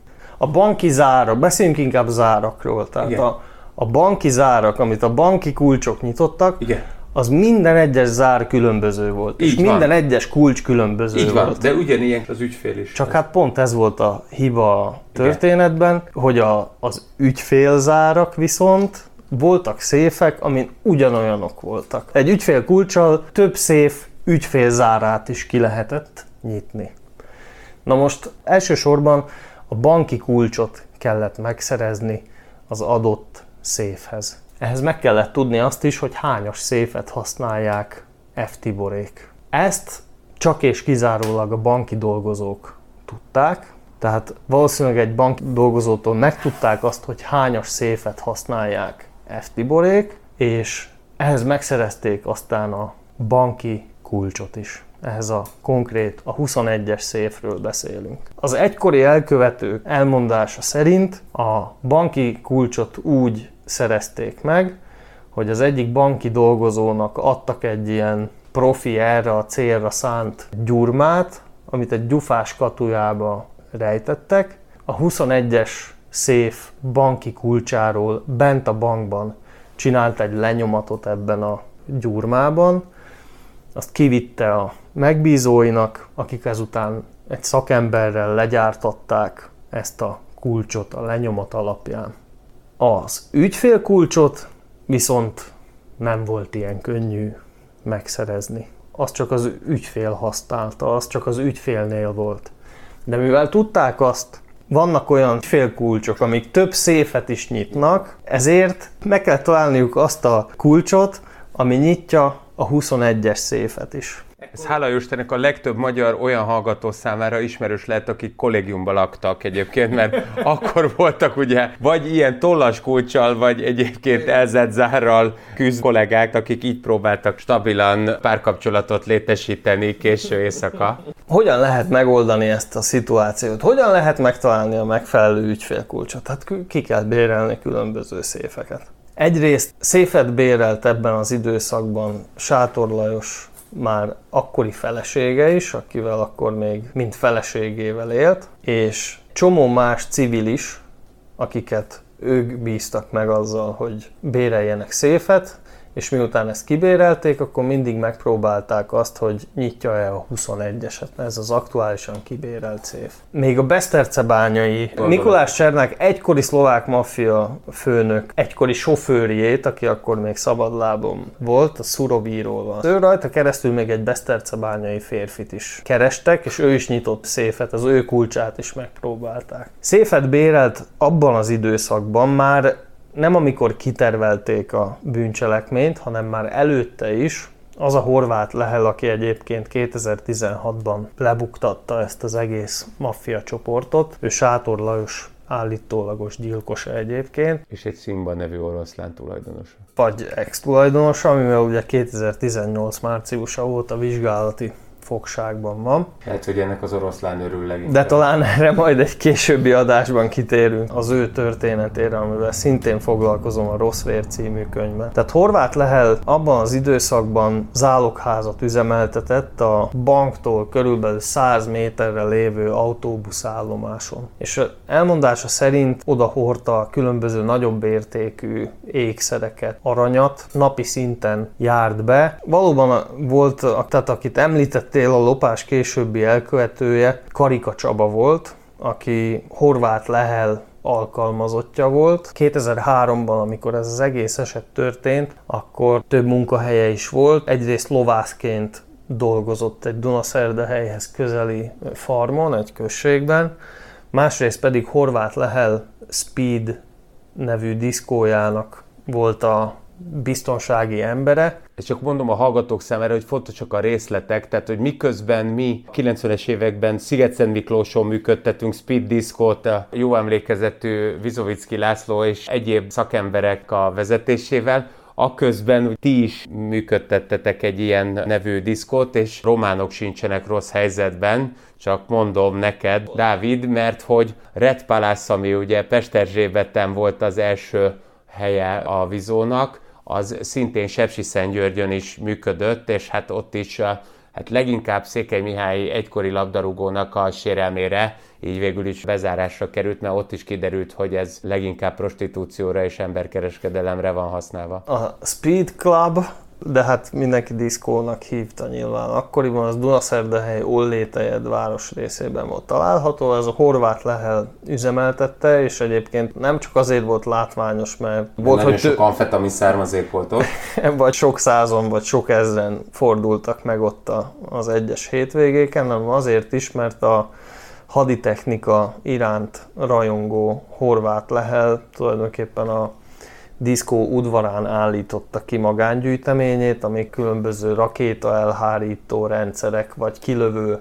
A banki zárak, beszéljünk inkább zárakról. Tehát a, a banki zárak, amit a banki kulcsok nyitottak, igen, az minden egyes zár különböző volt. Így és van. Minden egyes kulcs különböző Így volt. Van, de ugyanilyen az ügyfél is. Csak hát pont ez volt a hiba a történetben, igen, hogy a, az ügyfélzárak viszont voltak széfek, amin ugyanolyanok voltak. Egy ügyfél kulccsal több széf ügyfélzárát is ki lehetett nyitni. Na most elsősorban a banki kulcsot kellett megszerezni az adott széfhez. Ehhez meg kellett tudni azt is, hogy hányas széfet használják F-Tiborék. Ezt csak és kizárólag a banki dolgozók tudták, tehát valószínűleg egy banki dolgozótól megtudták azt, hogy hányas széfet használják F-Tiborék, és ehhez megszerezték aztán a banki kulcsot is. Ehhez a konkrét, a huszonegyes széfről beszélünk. Az egykori elkövetők elmondása szerint a banki kulcsot úgy szerezték meg, hogy az egyik banki dolgozónak adtak egy ilyen profi erre a célra szánt gyurmát, amit egy gyufás katujába rejtettek. A huszonegyes széf banki kulcsáról bent a bankban csinált egy lenyomatot ebben a gyurmában, azt kivitte a megbízóinak, akik ezután egy szakemberrel legyártatták ezt a kulcsot a lenyomat alapján. Az ügyfélkulcsot viszont nem volt ilyen könnyű megszerezni. Az csak az ügyfél használta, az csak az ügyfélnél volt. De mivel tudták azt, vannak olyan ügyfélkulcsok, amik több széfet is nyitnak, ezért meg kell találniuk azt a kulcsot, ami nyitja a huszonegyes széfet is. Ez hála Istennek a legtöbb magyar olyan hallgató számára ismerős lehet, akik kollégiumban laktak egyébként, mert akkor voltak ugye vagy ilyen tollas kulccsal, vagy egyébként elzett zárral küzd kollégák, akik így próbáltak stabilan párkapcsolatot létesíteni késő éjszaka. Hogyan lehet megoldani ezt a szituációt? Hogyan lehet megtalálni a megfelelő ügyfélkulcsot? Hát ki kell bérelni különböző széfeket. Egyrészt széfet bérelt ebben az időszakban Sátor Lajos már akkori felesége is, akivel akkor még mind feleségével élt, és csomó más civil is, akiket ők bíztak meg azzal, hogy béreljenek széfet, és miután ezt kibérelték, akkor mindig megpróbálták azt, hogy nyitja-e a huszonegyeset, ez az aktuálisan kibérelt széf. Még a besztercebányai Mikulás Csernák egykori szlovák maffia főnök, egykori sofőrjét, aki akkor még szabadlábon volt, a Szurovíról van. Ő rajta keresztül még egy besztercebányai férfit is kerestek, és ő is nyitott széfet, az ő kulcsát is megpróbálták. Széfet bérelt abban az időszakban már nem amikor kitervelték a bűncselekményt, hanem már előtte is. Az a Horváth Lehel, aki egyébként kétezer-tizenhatban lebuktatta ezt az egész maffia csoportot. Ő Sátor Lajos állítólagos gyilkosa egyébként. És egy Szimba nevű oroszlán tulajdonosa. Vagy ex-tulajdonosa, amivel ugye kétezer-tizennyolc márciusa óta vizsgálati fogságban van. Lehet, hogy ennek az oroszlán örül leginkább. De talán erre majd egy későbbi adásban kitérünk az ő történetére, amivel szintén foglalkozom a Rossz vér című könyvben. Tehát Horváth Lehel abban az időszakban zálogházat üzemeltetett a banktól körülbelül száz méterre lévő autóbuszállomáson. És elmondása szerint oda hordta különböző nagyobb értékű ékszereket, aranyat, napi szinten járt be. Valóban volt, tehát akit említett, a lopás későbbi elkövetője Karika Csaba volt, aki Horváth Lehel alkalmazottja volt. kétezer-háromban, amikor ez az egész eset történt, akkor több munkahelye is volt. Egyrészt lovászként dolgozott egy Dunaszerdahelyhez közeli farmon, egy községben, másrészt pedig Horváth Lehel Speed nevű diszkójának volt a biztonsági embere. És csak mondom a hallgatók számára, hogy fontosak a részletek, tehát hogy miközben mi kilencvenes években Sziget-Szent Miklóson működtetünk Speed Diszkót, a jó emlékezetű Vizovicki László és egyéb szakemberek a vezetésével, akközben ti is működtettetek egy ilyen nevű diszkót, és románok sincsenek rossz helyzetben, csak mondom neked, Dávid, mert hogy Red Palace, ami ugye Pesterzsébeten volt az első helye a Vizónak, az szintén Sepsiszentgyörgyön is működött, és hát ott is hát leginkább Székely Mihály egykori labdarúgónak a sérelmére így végül is bezárásra került, mert ott is kiderült, hogy ez leginkább prostitúcióra és emberkereskedelemre van használva. A Speed Club, de hát mindenki diszkónak hívta nyilván. Akkoriban az Dunaszerdahely Ollétejed város részében volt található, ez a Horváth Lehel üzemeltette, és egyébként nem csak azért volt látványos, mert volt, nagyon hogy sok amfetamin származék volt ott. Vagy sok százon, vagy sok ezren fordultak meg ott az egyes hétvégéken, hanem azért is, mert a haditechnika iránt rajongó Horváth Lehel tulajdonképpen a diszkó udvarán állította ki magángyűjteményét, amik különböző rakéta elhárító rendszerek, vagy kilövő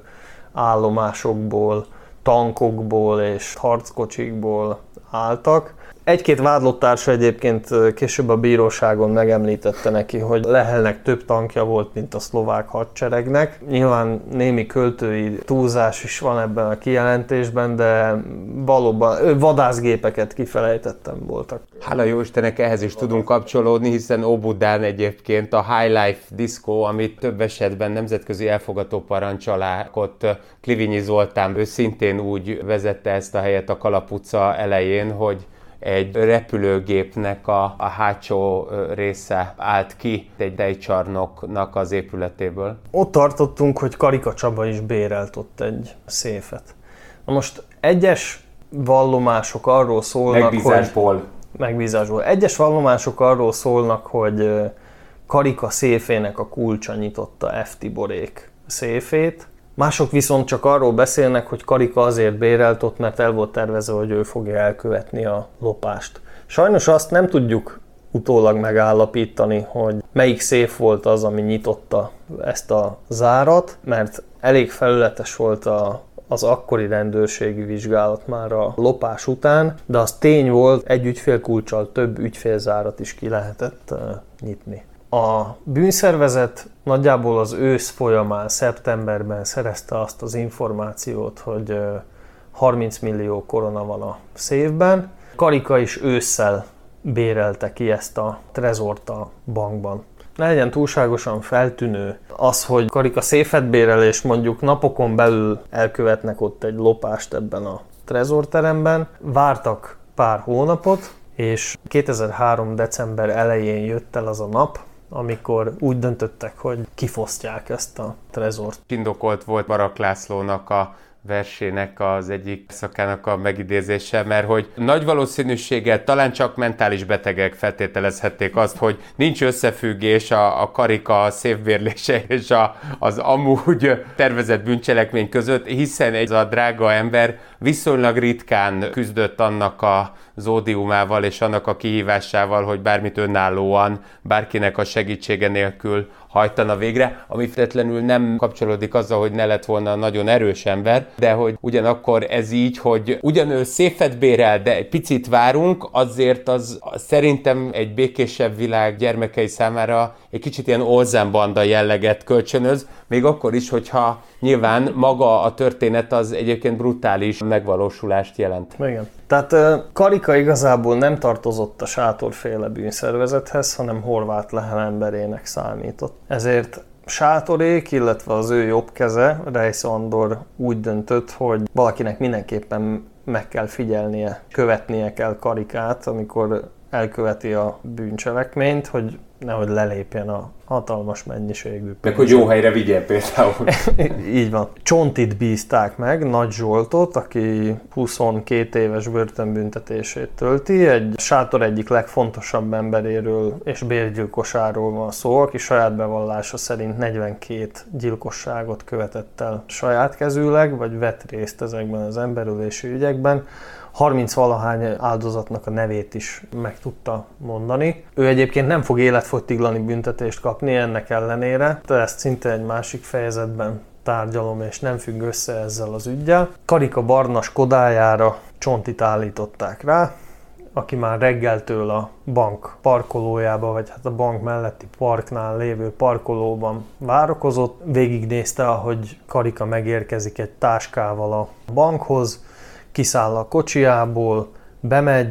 állomásokból, tankokból és harckocsikból álltak. Egy-két vádlottársa egyébként később a bíróságon megemlítette neki, hogy Lehelnek több tankja volt, mint a szlovák hadseregnek. Nyilván némi költői túlzás is van ebben a kijelentésben, de valóban vadászgépeket kifelejtettem voltak. Hála jó Istennek, ehhez is tudunk kapcsolódni, hiszen Óbudán egyébként a High Life Disco, amit több esetben nemzetközi elfogató parancs alá ott Klivinyi Zoltán, ő szintén úgy vezette ezt a helyet a Kalap utca elején, hogy egy repülőgépnek a, a hátsó része állt ki egy tejcsarnoknak az épületéből. Ott tartottunk, hogy Karika Csaba is bérelt ott egy széfet. Na most egyes vallomások arról szólnak, megbízásból. hogy... Megbízásból. Egyes vallomások arról szólnak, hogy Karika széfének a kulcsa nyitotta F. Tiborék széfét. Mások viszont csak arról beszélnek, hogy Karika azért bérelt ott, mert el volt tervezve, hogy ő fogja elkövetni a lopást. Sajnos azt nem tudjuk utólag megállapítani, hogy melyik széf volt az, ami nyitotta ezt a zárat, mert elég felületes volt a, az akkori rendőrségi vizsgálat már a lopás után, de az tény volt, egy ügyfélkulccsal több ügyfélzárat is ki lehetett uh, nyitni. A bűnszervezet nagyjából az ősz folyamán, szeptemberben szerezte azt az információt, hogy harminc millió korona van a széfben. Karika is ősszel bérelte ki ezt a trezort a bankban. Ne legyen túlságosan feltűnő az, hogy Karika széfet bérel, és mondjuk napokon belül elkövetnek ott egy lopást ebben a trezorteremben. Vártak pár hónapot, és kétezer-három december elején jött el az a nap, amikor úgy döntöttek, hogy kifosztják ezt a trezort. Indokolt volt Barak Lászlónak a versének az egyik szakának a megidézése, mert hogy nagy valószínűséggel talán csak mentális betegek feltételezhették azt, hogy nincs összefüggés a, a Karika széfbérlése és a, az amúgy tervezett bűncselekmény között, hiszen ez a drága ember viszonylag ritkán küzdött annak a zódiumával és annak a kihívásával, hogy bármit önállóan, bárkinek a segítsége nélkül hajtana végre, ami feltétlenül nem kapcsolódik azzal, hogy ne lett volna nagyon erős ember, de hogy ugyanakkor ez így, hogy ugyanő széfet bérel, de egy picit várunk, azért az szerintem egy békésebb világ gyermekei számára egy kicsit ilyen Olsen banda jelleget kölcsönöz, még akkor is, hogyha nyilván maga a történet az egyébként brutális megvalósulást jelent. Igen. Tehát Karika igazából nem tartozott a sátorféle bűnszervezethez, hanem Horváth Lehel emberének számított. Ezért Sátorék, illetve az ő jobb keze, Reisz Andor úgy döntött, hogy valakinek mindenképpen meg kell figyelnie, követnie kell Karikát, amikor elköveti a bűncselekményt, hogy nehogy lelépjen a hatalmas mennyiségű pénzt. Meg hogy jó helyre vigyen például. Így van. Csontit bízták meg, Nagy Zsoltot, aki huszonkét éves börtönbüntetését tölti. Egy sátor egyik legfontosabb emberéről és bérgyilkosáról van szó, aki saját bevallása szerint negyvenkét gyilkosságot követett el saját kezűleg, vagy vett részt ezekben az emberölési ügyekben. harminc valahány áldozatnak a nevét is meg tudta mondani. Ő egyébként nem fog életfogytiglani büntetést kapni ennek ellenére, de ezt szinte egy másik fejezetben tárgyalom, és nem függ össze ezzel az üggyel. Karika barna Skodájára Csontit állították rá, aki már reggeltől a bank parkolójába, vagy hát a bank melletti parknál lévő parkolóban várakozott. Végignézte, ahogy Karika megérkezik egy táskával a bankhoz, kiszáll a kocsiából, bemegy,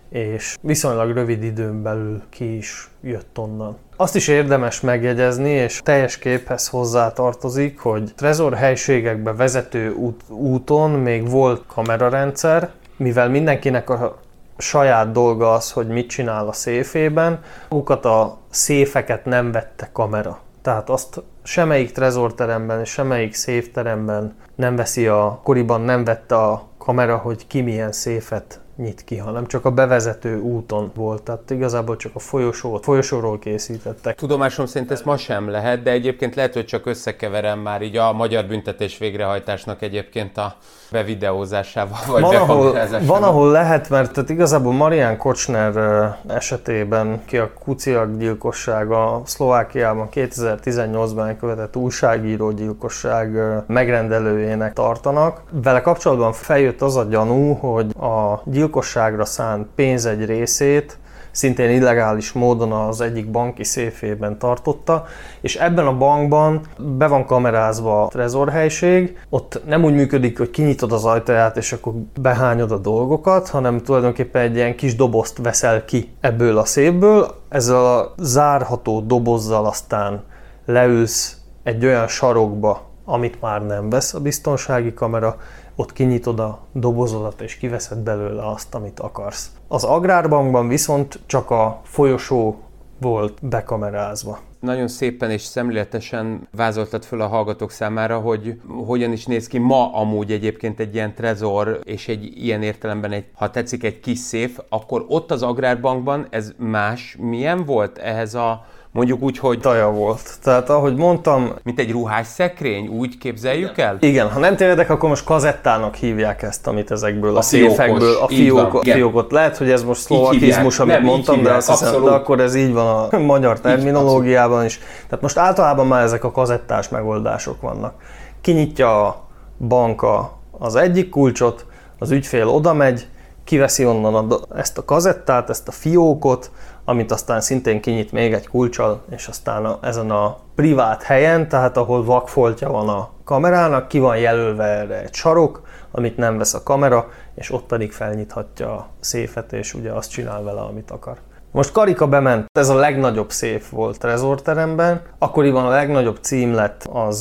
és viszonylag rövid időn belül ki is jött onnan. Azt is érdemes megjegyezni, és teljes képhez hozzátartozik, hogy Trezor helységekbe vezető út, úton még volt kamerarendszer, mivel mindenkinek a saját dolga az, hogy mit csinál a széfében, magukat a széfeket nem vette kamera. Tehát azt semmelyik trezorteremben és semmelyik széfteremben nem veszi a, akkoriban nem vette a kamera, hogy ki milyen széfet nyit ki, hanem csak a bevezető úton volt, tehát igazából csak a folyosó, folyosóról készítettek. Tudomásom szerint ez ma sem lehet, de egyébként lehet, hogy csak összekeverem már így a magyar büntetés végrehajtásnak egyébként a bevideózásával, vagy van, ahol, bekamrázásával. Van, ahol lehet, mert tehát igazából Marián Kocsner esetében, ki a Kuciak gyilkossága Szlovákiában kétezer-tizennyolcban elkövetett újságíró gyilkosság megrendelőjének tartanak. Vele kapcsolatban feljött az a gyanú, hogy a gyilkosságra szánt pénz egy részét szintén illegális módon az egyik banki széfében tartotta, és ebben a bankban be van kamerázva a trezorhelység, ott nem úgy működik, hogy kinyitod az ajtaját és akkor behányod a dolgokat, hanem tulajdonképpen egy ilyen kis dobozt veszel ki ebből a széfből, ezzel a zárható dobozzal aztán leülsz egy olyan sarokba, amit már nem vesz a biztonsági kamera, ott kinyitod a dobozodat és kiveszed belőle azt, amit akarsz. Az Agrárbankban viszont csak a folyosó volt bekamerázva. Nagyon szépen és szemléletesen vázoltad föl a hallgatók számára, hogy hogyan is néz ki ma amúgy egyébként egy ilyen trezor, és egy ilyen értelemben, egy, ha tetszik, egy kis széf, akkor ott az Agrárbankban ez más milyen volt ehhez a mondjuk úgy, hogy taja volt. Tehát ahogy mondtam... Mint egy ruhásszekrény, úgy képzeljük el? Igen, ha nem tévedek, akkor most kazettának hívják ezt, amit ezekből a, a széfekből, a fiók, fiókot. Lehet, hogy ez most szlovakizmus, amit nem, mondtam, de, azt hiszem, de akkor ez így van a magyar terminológiában is. Tehát most általában már ezek a kazettás megoldások vannak. Kinyitja a banka az egyik kulcsot, az ügyfél oda megy, kiveszi onnan a, ezt a kazettát, ezt a fiókot, amit aztán szintén kinyit még egy kulccsal, és aztán a, ezen a privát helyen, tehát ahol vakfoltja van a kamerának, ki van jelölve erre egy sarok, amit nem vesz a kamera, és ott pedig felnyithatja a széfet, és ugye azt csinál vele, amit akar. Most Karika bement, ez a legnagyobb széf volt trezorteremben, akkoriban a legnagyobb címlet az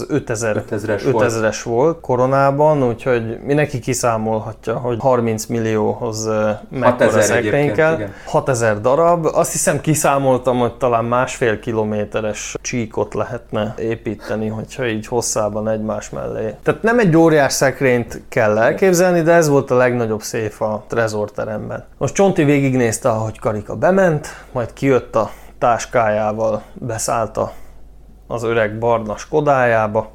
ötezeres volt koronában, úgyhogy mindenki kiszámolhatja, hogy harminc millióhoz mekkora szekrény kell. hatezer darab. Azt hiszem kiszámoltam, hogy talán másfél kilométeres csíkot lehetne építeni, hogyha így hosszában egymás mellé. Tehát nem egy óriás szekrényt kell elképzelni, de ez volt a legnagyobb széf a trezorteremben. Most Csonti végignézte, ahogy Karika bement, majd kijött a táskájával, beszállt az öreg barna Skodájába,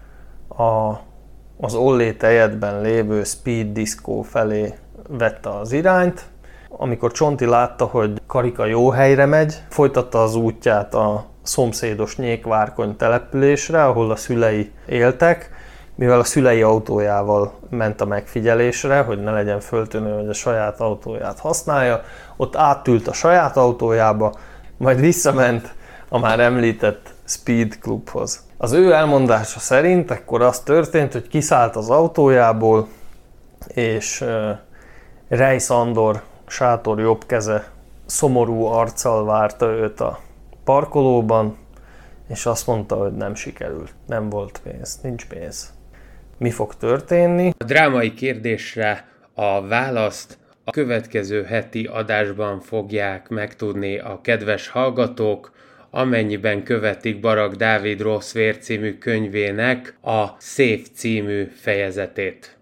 a, az Ollé tejedben lévő Speed Disco felé vette az irányt. Amikor Csonti látta, hogy Karika jó helyre megy, folytatta az útját a szomszédos Nyékvárkony településre, ahol a szülei éltek, mivel a szülei autójával ment a megfigyelésre, hogy ne legyen föltűnő, hogy a saját autóját használja, ott átült a saját autójába, majd visszament a már említett Speed Clubhoz. Az ő elmondása szerint ekkor az történt, hogy kiszállt az autójából, és uh, Reisz Andor, sátor jobb keze, szomorú arccal várta őt a parkolóban, és azt mondta, hogy nem sikerült, nem volt pénz, nincs pénz. Mi fog történni? A drámai kérdésre a választ a következő heti adásban fogják megtudni a kedves hallgatók, amennyiben követik Barak Dávid Rossz vér című könyvének a Széf című fejezetét.